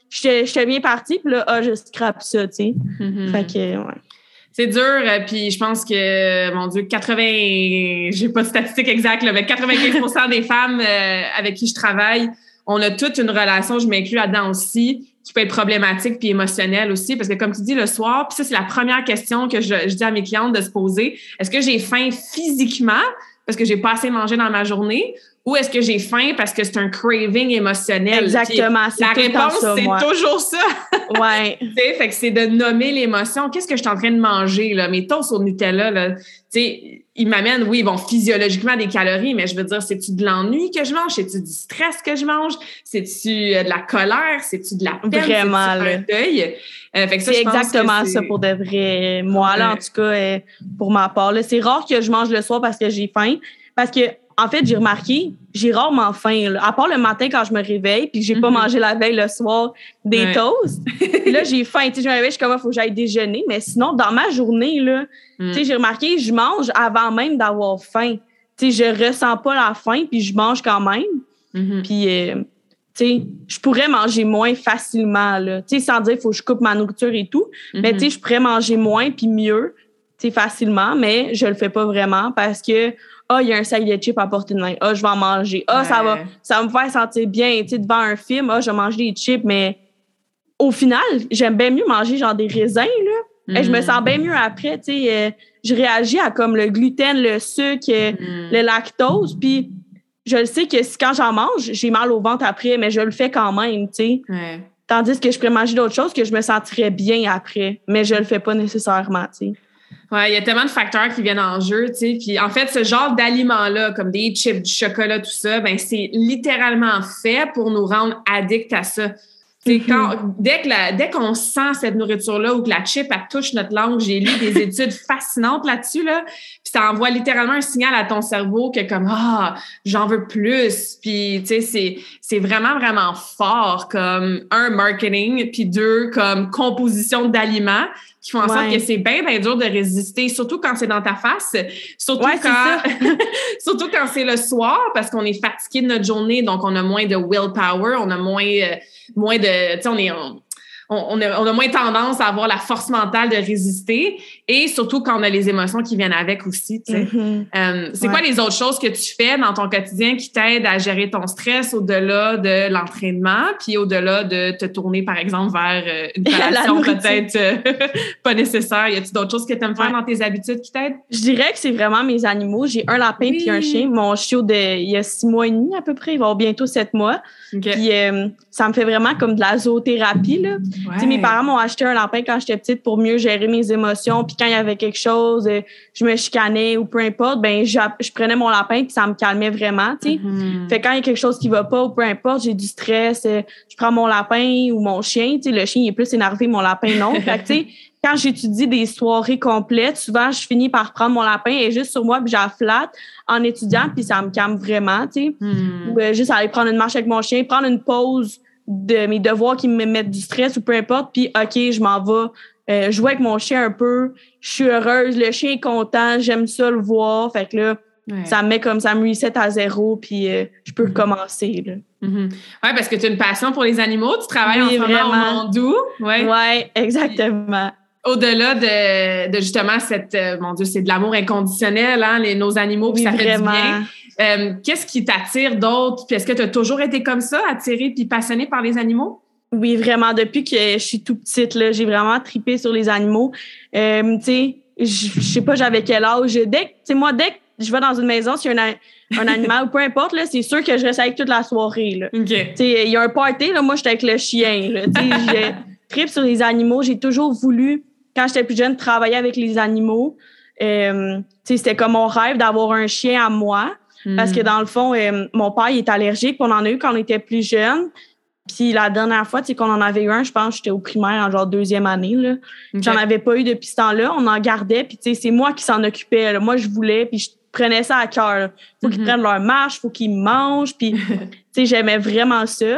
j'étais bien partie, puis là, ah, je scrape ça, tu sais. Mm-hmm. Fait que, ouais. C'est dur, puis je pense que, mon Dieu, quatre-vingts, j'ai pas de statistiques exactes, là, mais quatre-vingt-quinze pour cent des femmes euh, avec qui je travaille, on a toute une relation, je m'inclus là-dedans aussi, qui peut être problématique puis émotionnelle aussi, parce que comme tu dis, le soir, puis ça, c'est la première question que je, je dis à mes clientes de se poser. Est-ce que j'ai faim physiquement parce que j'ai pas assez mangé dans ma journée, ou est-ce que j'ai faim parce que c'est un craving émotionnel? Exactement, c'est la tout réponse, ça, c'est moi. Toujours ça. Ouais. Tu sais, fait que c'est de nommer l'émotion. Qu'est-ce que je suis en train de manger, là? Mes toasts au Nutella, là, tu sais, ils m'amènent, oui, bon, physiologiquement des calories, mais je veux dire, c'est-tu de l'ennui que je mange? C'est-tu du stress que je mange? C'est-tu de la colère? C'est-tu de la peine? Vraiment, c'est-tu un deuil? Euh, fait que ça, c'est je pense exactement que c'est... ça pour de vrai. Moi, ouais. là, en tout cas, euh, pour ma part, là, c'est rare que je mange le soir parce que j'ai faim. Parce que, en fait, j'ai remarqué, j'ai rarement faim. Là. À part le matin quand je me réveille, puis que j'ai mm-hmm. pas mangé la veille le soir des ouais. toasts. Puis là, j'ai faim. Tu sais, je me réveille, je suis comme, il faut que j'aille déjeuner. Mais sinon, dans ma journée, là, mm. tu sais, j'ai remarqué, je mange avant même d'avoir faim. Tu sais, je ressens pas la faim, puis je mange quand même. Mm-hmm. Puis, euh, tu sais, je pourrais manger moins facilement, là. Tu sais, sans dire, il faut que je coupe ma nourriture et tout. Mm-hmm. Mais, tu sais, je pourrais manger moins, puis mieux, tu sais, facilement. Mais je le fais pas vraiment parce que, ah, oh, il y a un sac de chips à portée de main. Ah, oh, je vais en manger. Ah, oh, ouais. ça va ça va me faire sentir bien. Tu sais, devant un film, ah, oh, je vais manger des chips. Mais au final, j'aime bien mieux manger genre des raisins, là. Mm. Et je me sens bien mieux après. Tu sais, euh, je réagis à comme le gluten, le sucre, mm. le lactose. Puis je le sais que si, quand j'en mange, j'ai mal au ventre après, mais je le fais quand même, tu sais. Ouais. Tandis que je pourrais manger d'autres choses que je me sentirais bien après. Mais je le fais pas nécessairement, tu sais. Ouais, il y a tellement de facteurs qui viennent en jeu, tu sais. Puis en fait, ce genre d'aliments-là, comme des chips, du chocolat, tout ça, ben c'est littéralement fait pour nous rendre addicts à ça. Mm-hmm. Quand, dès que la, dès qu'on sent cette nourriture-là ou que la chip, elle touche notre langue, j'ai lu des études fascinantes là-dessus, là. Puis ça envoie littéralement un signal à ton cerveau que comme ah, j'en veux plus. Puis tu sais, c'est c'est vraiment vraiment fort comme un marketing, puis deux comme composition d'aliments qui font en sorte ouais. que c'est bien bien dur de résister, surtout quand c'est dans ta face, surtout ouais, quand surtout quand c'est le soir parce qu'on est fatigué de notre journée, donc on a moins de willpower, on a moins euh, moins de tu sais on est on, On a, on a moins tendance à avoir la force mentale de résister et surtout quand on a les émotions qui viennent avec aussi. Tu sais. Mm-hmm. euh, c'est ouais. quoi les autres choses que tu fais dans ton quotidien qui t'aident à gérer ton stress au-delà de l'entraînement puis au-delà de te tourner, par exemple, vers euh, une relation peut-être euh, pas nécessaire? Y a-t-il d'autres choses que tu aimes faire ouais. dans tes habitudes qui t'aident? Je dirais que c'est vraiment mes animaux. J'ai un lapin oui. puis un chien. Mon chiot, de, il y a six mois et demi à peu près. Il va avoir bientôt sept mois. Okay. Puis euh, ça me fait vraiment comme de la zoothérapie, là. Ouais. Mes parents m'ont acheté un lapin quand j'étais petite pour mieux gérer mes émotions. Puis quand il y avait quelque chose, je me chicanais ou peu importe, ben je, je prenais mon lapin puis ça me calmait vraiment. Tu sais. Mm-hmm. Fait que quand il y a quelque chose qui va pas ou peu importe, j'ai du stress, je prends mon lapin ou mon chien. Tu sais, le chien il est plus énervé, mon lapin non. Fait que tu sais, quand j'étudie des soirées complètes, souvent je finis par prendre mon lapin et juste sur moi puis je la flatte en étudiant puis ça me calme vraiment. Tu sais. Mm. Ou euh, juste aller prendre une marche avec mon chien, prendre une pause de mes devoirs qui me mettent du stress ou peu importe, puis OK, je m'en vais euh, jouer avec mon chien un peu, je suis heureuse, le chien est content, j'aime ça le voir, fait que là, ouais. ça me met comme ça, me reset à zéro, puis euh, je peux mm-hmm. recommencer, là. Mm-hmm. Oui, parce que tu as une passion pour les animaux, tu travailles oui, en ce moment au Mondou. Oui, ouais, exactement. Puis, au-delà de, de justement cette, euh, mon Dieu, c'est de l'amour inconditionnel, hein, les, nos animaux, puis oui, ça vraiment. Fait du bien. Euh, qu'est-ce qui t'attire d'autre? Puis est-ce que tu as toujours été comme ça, attirée puis passionnée par les animaux? Oui, vraiment. Depuis que je suis toute petite, là, j'ai vraiment trippé sur les animaux. Euh, tu sais, je sais pas j'avais quel âge. Dès que, tu sais, moi, dès que je vais dans une maison, s'il y a un, un animal ou peu importe, là, c'est sûr que je reste avec toute la soirée. Là. Okay. Tu sais, il y a un party, là, moi, j'étais avec le chien. Là, tu sais, je trippe sur les animaux. J'ai toujours voulu, quand j'étais plus jeune, travailler avec les animaux. Euh, tu sais, c'était comme mon rêve d'avoir un chien à moi. Parce que dans le fond, euh, mon père il est allergique. On en a eu quand on était plus jeune. Puis la dernière fois, tu sais, qu'on en avait eu un, je pense que j'étais au primaire en genre deuxième année. Là. Okay. J'en avais pas eu depuis ce temps-là. On en gardait. Puis tu sais, c'est moi qui s'en occupais. Là. Moi, je voulais. Puis je prenais ça à cœur. Faut mm-hmm. qu'ils prennent leur marche. Faut qu'ils mangent. Puis tu sais, j'aimais vraiment ça.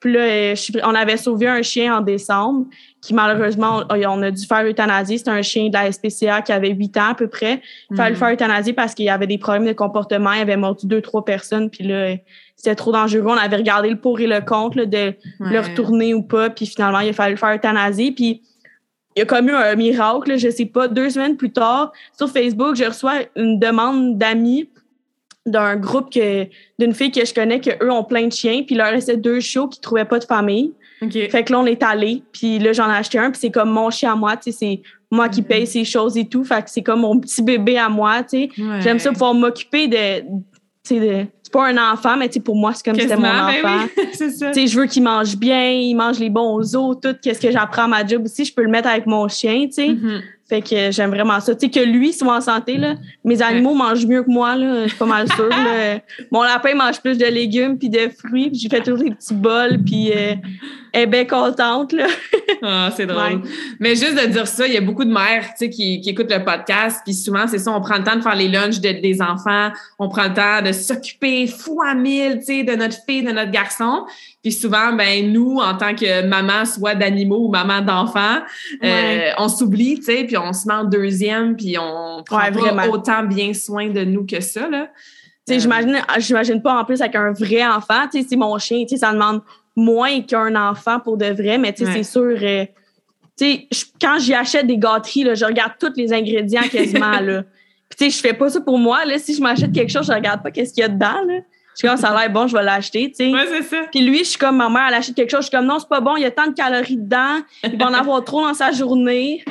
Puis là, je, on avait sauvé un chien en décembre qui, malheureusement, on, on a dû faire euthanasier. C'était un chien de la S P C A qui avait huit ans à peu près. Il fallait mm-hmm. le faire euthanasier parce qu'il y avait des problèmes de comportement. Il avait mordu deux, trois personnes. Puis là, c'était trop dangereux. On avait regardé le pour et le contre là, de ouais. le retourner ou pas. Puis finalement, il a fallu le faire euthanasier. Puis il y a comme eu un miracle, là, je sais pas, deux semaines plus tard, sur Facebook, je reçois une demande d'amis d'un groupe que, d'une fille que je connais, qu'eux ont plein de chiens, puis il leur restait deux chiots qui trouvaient pas de famille. Okay. Fait que là, on est allés, puis là, j'en ai acheté un, puis c'est comme mon chien à moi, tu sais, c'est moi qui mm-hmm. paye ces choses et tout, fait que c'est comme mon petit bébé à moi, tu sais. Ouais. J'aime ça pouvoir m'occuper de, tu sais, de... C'est pas un enfant, mais tu sais, pour moi, c'est comme si c'était mon enfant. Oui. C'est ça. Tu sais, je veux qu'il mange bien, il mange les bons os, tout, qu'est-ce que j'apprends à ma job aussi, je peux le mettre avec mon chien, tu sais. Mm-hmm. Fait que j'aime vraiment ça. Tu sais, que lui soit en santé, là, mes animaux ouais. mangent mieux que moi, là, je suis pas mal sûre. Là. Mon lapin mange plus de légumes puis de fruits, puis j'ai fait toujours des petits bols, puis euh, elle est bien contente, là. Ah, c'est drôle. Ouais. Mais juste de dire ça, il y a beaucoup de mères, tu sais, qui, qui écoutent le podcast, puis souvent, c'est ça, on prend le temps de faire les lunchs de, des enfants, on prend le temps de s'occuper fois mille, tu sais, de notre fille, de notre garçon. Puis souvent, ben nous, en tant que maman, soit d'animaux ou maman d'enfants, ouais. euh, on s'oublie, tu sais, puis on se met en deuxième, puis on prend ouais, pas vraiment. autant bien soin de nous que ça, là. Tu sais, euh... j'imagine, j'imagine pas en plus avec un vrai enfant, tu sais, c'est mon chien, tu sais, ça demande moins qu'un enfant pour de vrai, mais tu sais, ouais. c'est sûr, euh, tu sais, quand j'y achète des gâteries, là, je regarde tous les ingrédients quasiment, là. Puis tu sais, je fais pas ça pour moi, là, si je m'achète quelque chose, je regarde pas qu'est-ce qu'il y a dedans, là. Je suis comme, ça a l'air bon, je vais l'acheter, tu sais. Ouais, c'est ça. Puis lui, je suis comme, ma mère, elle achète quelque chose, je suis comme, non, c'est pas bon, il y a tant de calories dedans, il va en avoir trop dans sa journée.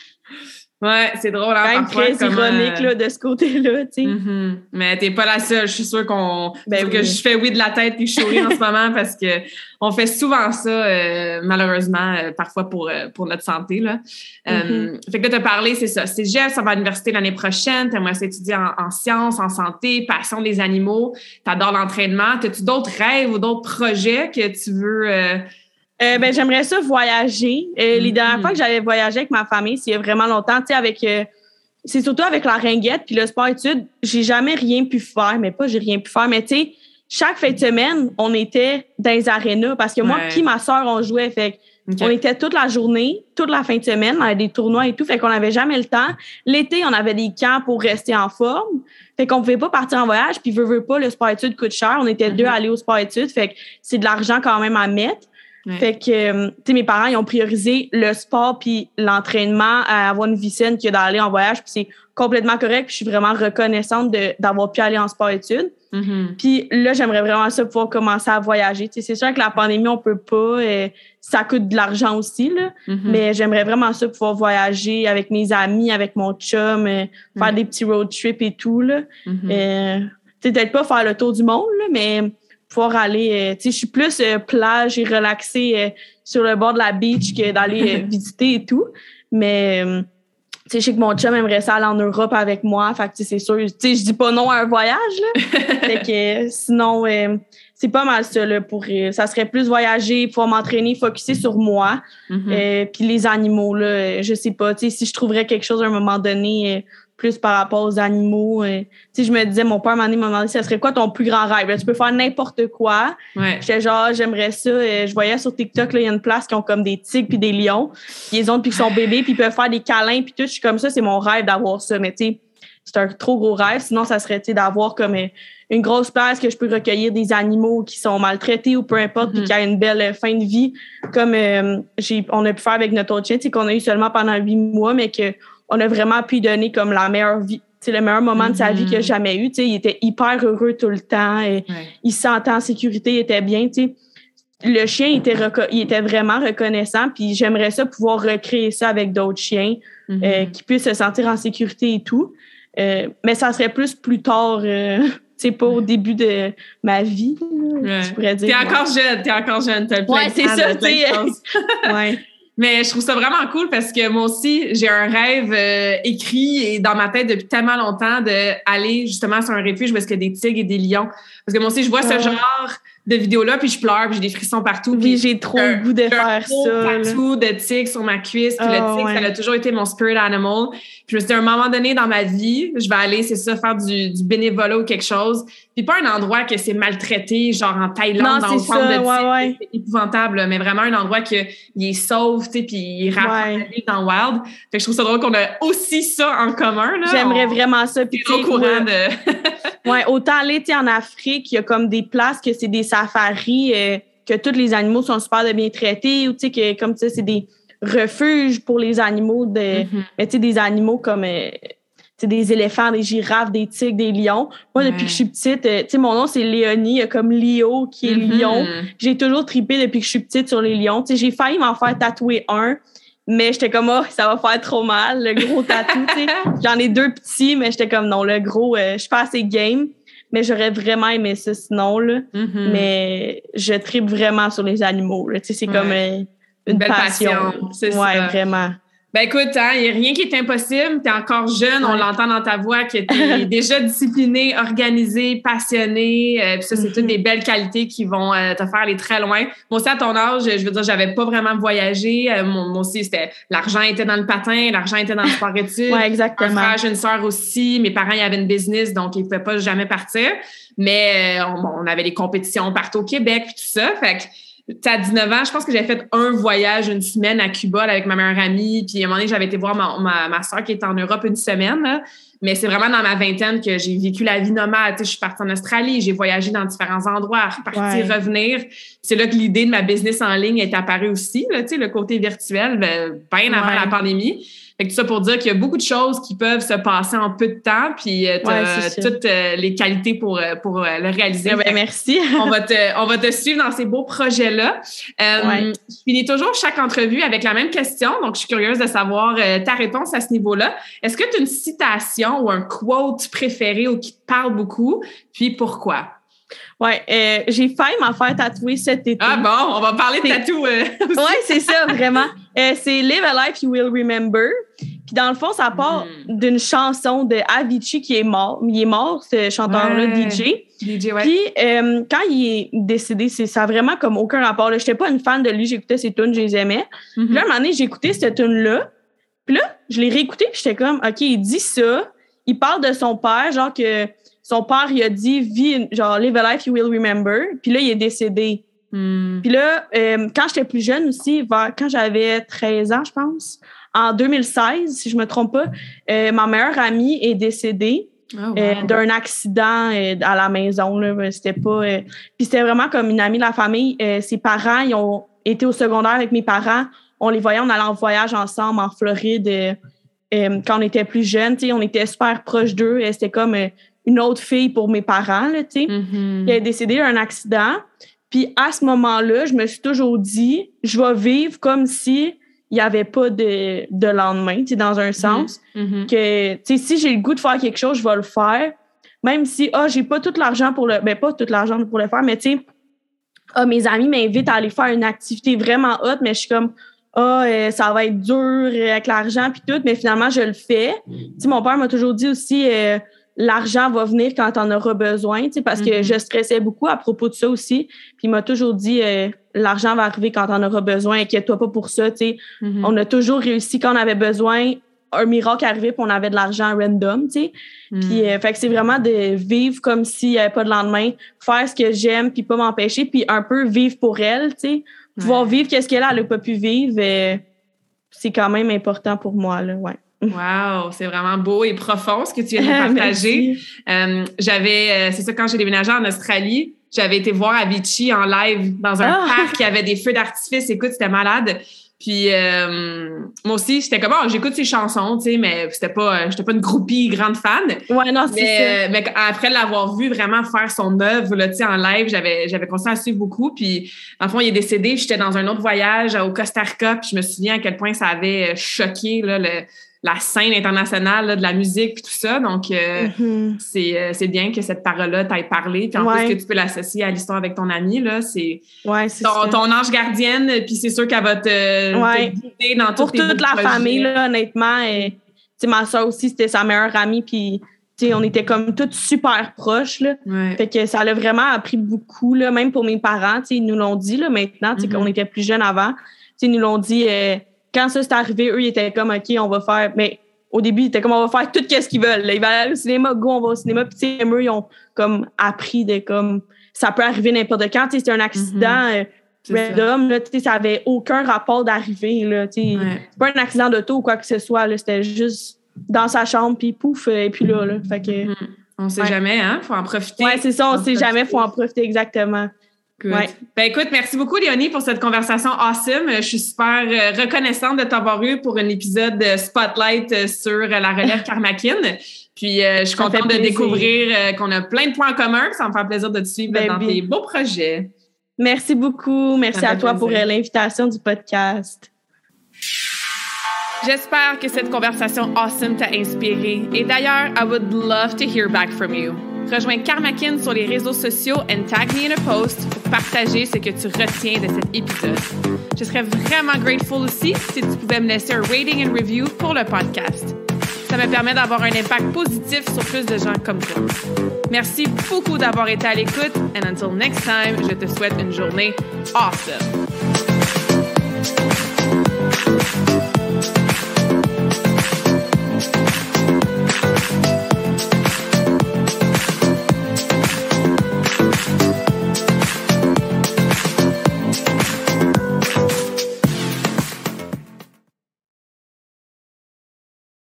Ouais, c'est drôle, hein, même parfois. Très comment... ironique, là, de ce côté-là, tu sais. Mm-hmm. Mais t'es pas la seule. Je suis sûre qu'on... Ben oui. que je fais oui de la tête puis je souris en ce moment parce que on fait souvent ça, euh, malheureusement, euh, parfois pour, euh, pour notre santé, là. Mm-hmm. Euh, fait que là, t'as parlé, c'est ça. C'est Cégep, ça va à l'université l'année prochaine. T'aimerais étudier en, en sciences, en santé, passion des animaux. T'adores l'entraînement. T'as-tu d'autres rêves ou d'autres projets que tu veux... Euh, Euh, ben, j'aimerais ça voyager. Euh, les mm-hmm. dernières fois que j'avais voyagé avec ma famille, c'est il y a vraiment longtemps, tu sais, avec, euh, c'est surtout avec la ringuette puis le sport-études, j'ai jamais rien pu faire, mais pas j'ai rien pu faire, mais tu sais, chaque fin de semaine, on était dans les arénas parce que moi ouais. puis ma sœur, on jouait, fait okay. on était toute la journée, toute la fin de semaine, on avait des tournois et tout, fait qu'on avait jamais le temps. L'été, on avait des camps pour rester en forme, fait qu'on pouvait pas partir en voyage, puis veut, veut pas, le sport-études coûte cher, on était mm-hmm. deux à aller au sport-études, fait que c'est de l'argent quand même à mettre. Ouais. Fait que, tu sais, mes parents, ils ont priorisé le sport puis l'entraînement à avoir une vie saine que d'aller en voyage. Puis c'est complètement correct. Puis je suis vraiment reconnaissante de, d'avoir pu aller en sport-études. Mm-hmm. Puis là, j'aimerais vraiment ça pouvoir commencer à voyager. Tu sais, c'est sûr que la pandémie, on peut pas. Euh, ça coûte de l'argent aussi, là. Mm-hmm. Mais j'aimerais vraiment ça pouvoir voyager avec mes amis, avec mon chum, euh, faire mm-hmm. des petits road trips et tout, là. Mm-hmm. Euh, tu sais, peut-être pas faire le tour du monde, là, mais... pouvoir aller, euh, tu sais, je suis plus euh, plage et relaxée euh, sur le bord de la beach que d'aller euh, visiter et tout. Mais, euh, tu sais, je sais que mon chum aimerait ça aller en Europe avec moi. Fait que, tu sais, c'est sûr, tu sais, je dis pas non à un voyage, là. Fait que, euh, sinon, euh, c'est pas mal ça, là, pour, euh, ça serait plus voyager, pouvoir m'entraîner, focusser sur moi. Mm-hmm. Euh, puis les animaux, là, je sais pas, tu sais, si je trouverais quelque chose à un moment donné, euh, plus par rapport aux animaux. Euh, tu sais, je me disais, mon père m'a demandé, ça serait quoi ton plus grand rêve? Là, tu peux faire n'importe quoi. Ouais. J'étais genre, j'aimerais ça. Euh, je voyais sur TikTok, là, il y a une place qui ont comme des tigres puis des lions. Ils ont depuis qu'ils sont bébés puis ils peuvent faire des câlins puis tout. Je suis comme ça, c'est mon rêve d'avoir ça. Mais tu sais, c'est un trop gros rêve. Sinon, ça serait, tu sais, d'avoir comme euh, une grosse place que je peux recueillir des animaux qui sont maltraités ou peu importe mm-hmm. puis qui a une belle fin de vie. Comme euh, j'ai, on a pu faire avec notre autre chien, tu sais, qu'on a eu seulement pendant huit mois, mais que on a vraiment pu donner comme la meilleure vie, le meilleur moment mm-hmm. de sa vie qu'il a jamais eu. T'sais, il était hyper heureux tout le temps. Et ouais. Il se sentait en sécurité, il était bien. T'sais. Le chien il était, reco- il était vraiment reconnaissant. Puis j'aimerais ça pouvoir recréer ça avec d'autres chiens mm-hmm. euh, qui puissent se sentir en sécurité et tout. Euh, mais ça serait plus plus tard, euh, pas au début de ma vie. Ouais. Je pourrais dire. T'es encore ouais. jeune, t'es encore jeune. T'as plein ouais, de c'est ça. plein de choses. ouais. Mais je trouve ça vraiment cool parce que moi aussi, j'ai un rêve euh, écrit et dans ma tête depuis tellement longtemps d'aller justement sur un refuge où est-ce qu'il y a des tigres et des lions. Parce que moi aussi, je vois ce genre de vidéos-là, puis je pleure, puis j'ai des frissons partout. Oui, j'ai trop le goût de faire ça. Un tatou de tigre sur ma cuisse, puis oh, le tigre, ouais. ça a toujours été mon spirit animal. Puis je me suis dit, à un moment donné dans ma vie, je vais aller, c'est ça, faire du, du bénévolat ou quelque chose. Puis pas un endroit que c'est maltraité, genre en Thaïlande, non, dans le centre de tigre, ouais, ouais. c'est épouvantable, mais vraiment un endroit que il est sauf, tu sais, puis il rapporte ouais. la vie dans Wild. Fait que je trouve ça drôle qu'on a aussi ça en commun, là. J'aimerais on, vraiment ça. Puis au courant de... ouais, autant aller, en Afrique, il y a comme des places que c'est des safaris, euh, que tous les animaux sont super bien traités, ou tu sais, que comme ça, c'est des refuges pour les animaux, de, mm-hmm. mais tu sais, des animaux comme euh, des éléphants, des girafes, des tigres, des lions. Moi, ouais. depuis que je suis petite, euh, tu sais, mon nom, c'est Léonie, il y a comme Léo qui est mm-hmm. lion. J'ai toujours trippé depuis que je suis petite sur les lions. Tu sais, j'ai failli m'en faire tatouer un, mais j'étais comme, oh, ça va faire trop mal, le gros tatou, tu sais. J'en ai deux petits, mais j'étais comme, non, le gros, euh, je suis pas assez game. Mais j'aurais vraiment aimé ça sinon, là. Mm-hmm. Mais je tripe vraiment sur les animaux, là. Tu sais, c'est ouais. comme euh, une, une belle passion. passion c'est ouais, ça. vraiment. Ben écoute, il hein, n'y a rien qui est impossible. Tu es encore jeune, ouais. on l'entend dans ta voix que tu es déjà disciplinée, organisée, passionnée. Euh, puis ça, c'est mm-hmm. toutes des belles qualités qui vont euh, te faire aller très loin. Moi aussi, à ton âge, je veux dire, j'avais pas vraiment voyagé. Euh, moi aussi, c'était l'argent était dans le patin, l'argent était dans le sport-études. Ouais, exactement. Un frère, j'ai une sœur aussi. Mes parents, ils avaient une business, donc ils ne pouvaient pas jamais partir. Mais euh, on, on avait les compétitions partout au Québec puis tout ça. Fait que à dix-neuf ans, je pense que j'avais fait un voyage une semaine à Cuba là, avec ma meilleure amie. Puis à un moment donné, j'avais été voir ma, ma, ma soeur qui est en Europe une semaine. Là. Mais c'est vraiment dans ma vingtaine que j'ai vécu la vie nomade. T'sais, je suis partie en Australie, j'ai voyagé dans différents endroits, repartir, ouais. revenir. C'est là que l'idée de ma business en ligne est apparue aussi, là, le côté virtuel, ben, bien avant ouais. la pandémie. Fait que tout ça pour dire qu'il y a beaucoup de choses qui peuvent se passer en peu de temps, puis tu as ouais, toutes euh, les qualités pour, pour euh, le réaliser. Ah ben, merci. on, va te, on va te suivre dans ces beaux projets-là. Euh, ouais. Je finis toujours chaque entrevue avec la même question, donc je suis curieuse de savoir euh, ta réponse à ce niveau-là. Est-ce que tu as une citation ou un quote préféré ou qui te parle beaucoup, puis pourquoi? Oui, euh, j'ai failli m'en faire tatouer cet été. Ah bon, on va parler de tatou. Euh, oui, c'est ça, vraiment. Euh, c'est « Live a life you will remember ». Puis dans le fond, ça part mm. d'une chanson de Avicii qui est mort. Il est mort, ce chanteur-là, ouais. D J. D J, ouais. Puis euh, quand il est décédé, c'est, ça a vraiment comme aucun rapport. Je n'étais pas une fan de lui, j'écoutais ses tunes, je les aimais. Mm-hmm. Puis là, à un moment donné, j'ai écouté cette tune-là. Puis là, je l'ai réécouté, puis j'étais comme, OK, il dit ça. Il parle de son père, genre que... Son père, il a dit, Vie, genre, live a life you will remember. Puis là, il est décédé. Mm. Puis là, euh, quand j'étais plus jeune aussi, vers, quand j'avais treize ans, je pense, en deux mille seize, si je me trompe pas, euh, ma meilleure amie est décédée oh, wow. euh, d'un accident euh, à la maison. Là. C'était pas. Euh, puis c'était vraiment comme une amie de la famille. Euh, ses parents, ils ont été au secondaire avec mes parents. On les voyait, on allait en voyage ensemble en Floride euh, euh, quand on était plus jeunes. On était super proches d'eux. Et c'était comme. Euh, une autre fille pour mes parents, là, tu sais, mm-hmm. qui est décédée d'un accident. Puis à ce moment-là, je me suis toujours dit, je vais vivre comme si il n'y avait pas de, de lendemain, tu sais, dans un sens. Mm-hmm. Que, tu sais, si j'ai le goût de faire quelque chose, je vais le faire. Même si, ah, oh, j'ai pas tout l'argent pour le... Ben, pas tout l'argent pour le faire, mais tu sais, ah, oh, mes amis m'invitent à aller faire une activité vraiment hot, mais je suis comme... Ah, oh, euh, ça va être dur avec l'argent puis tout, mais finalement, je le fais. Tu sais, mon père m'a toujours dit aussi... Euh, l'argent va venir quand t'en auras besoin, tu sais, parce mm-hmm. que je stressais beaucoup à propos de ça aussi. Puis il m'a toujours dit, euh, l'argent va arriver quand t'en auras besoin, inquiète-toi pas pour ça, tu sais. Mm-hmm. On a toujours réussi quand on avait besoin, un miracle arrivait puis on avait de l'argent random, tu sais. Mm-hmm. Puis, euh, fait que c'est vraiment de vivre comme s'il n'y avait pas de lendemain, faire ce que j'aime puis pas m'empêcher, puis un peu vivre pour elle, tu sais. Pouvoir ouais. vivre qu'est-ce qu'elle a, elle n'a pas pu vivre, euh, c'est quand même important pour moi, là, ouais. Wow, c'est vraiment beau et profond ce que tu viens de partager. euh, j'avais, euh, c'est ça, quand j'ai déménagé en Australie, j'avais été voir Avicii en live dans un ah! parc qui avait des feux d'artifice. Écoute, c'était malade. Puis euh, moi aussi, j'étais comme, oh, j'écoute ses chansons, tu sais, mais c'était pas, j'étais pas une groupie grande fan. Ouais, non, c'est mais, ça. Euh, mais après l'avoir vu vraiment faire son œuvre, là, tu sais, en live, j'avais, j'avais continué à suivre beaucoup. Puis, en fond, il est décédé. J'étais dans un autre voyage au Costa Rica. Puis, je me souviens à quel point ça avait choqué, là, le, la scène internationale là, de la musique puis tout ça. Donc, euh, mm-hmm. c'est, euh, c'est bien que cette parole-là t'aille parlé. Puis en ouais. plus que tu peux l'associer à l'histoire avec ton amie, là, c'est, ouais, c'est ton, ton ange gardienne. Puis c'est sûr qu'elle va te, ouais. te guider dans pour tous tes toute la projets. famille, là, honnêtement. Et, ma soeur aussi, c'était sa meilleure amie. Puis sais, on était comme toutes super proches, là. Ouais. Fait que ça l'a vraiment appris beaucoup, là, même pour mes parents, tu sais, ils nous l'ont dit, là, maintenant, tu sais, mm-hmm. qu'on était plus jeunes avant. Tu sais, ils nous l'ont dit, euh, quand ça s'est arrivé, eux, ils étaient comme, OK, on va faire, mais au début, ils étaient comme, on va faire tout ce qu'ils veulent, là. Ils vont aller au cinéma, go, on va au cinéma. Puis, tu sais, eux, ils ont comme appris de comme, ça peut arriver n'importe quand, tu sais, c'est un accident, mm-hmm. euh, random, là, tu sais, ça avait aucun rapport d'arriver, là, tu sais. Ouais. C'est pas un accident d'auto ou quoi que ce soit, là, c'était juste dans sa chambre, puis pouf, et puis là, là. Fait que. Mm-hmm. On sait ouais. jamais, hein? Faut en profiter. Ouais, c'est ça, on sait jamais, faut en profiter, exactement. Ouais. Ben écoute, merci beaucoup, Léonie, pour cette conversation awesome. Je suis super reconnaissante de t'avoir eu pour un épisode Spotlight sur la relève Karmakin. Puis euh, je suis contente de découvrir euh, qu'on a plein de points en commun. Ça me fait plaisir de te suivre ben, dans bien. tes beaux projets. Merci beaucoup. Merci à toi plaisir. pour euh, l'invitation du podcast. J'espère que cette conversation awesome t'a inspiré. Et d'ailleurs, I would love to hear back from you. Rejoins Karmakin sur les réseaux sociaux and tag me in a post pour partager ce que tu retiens de cet épisode. Je serais vraiment grateful aussi si tu pouvais me laisser un rating and review pour le podcast. Ça me permet d'avoir un impact positif sur plus de gens comme toi. Merci beaucoup d'avoir été à l'écoute and until next time, je te souhaite une journée awesome.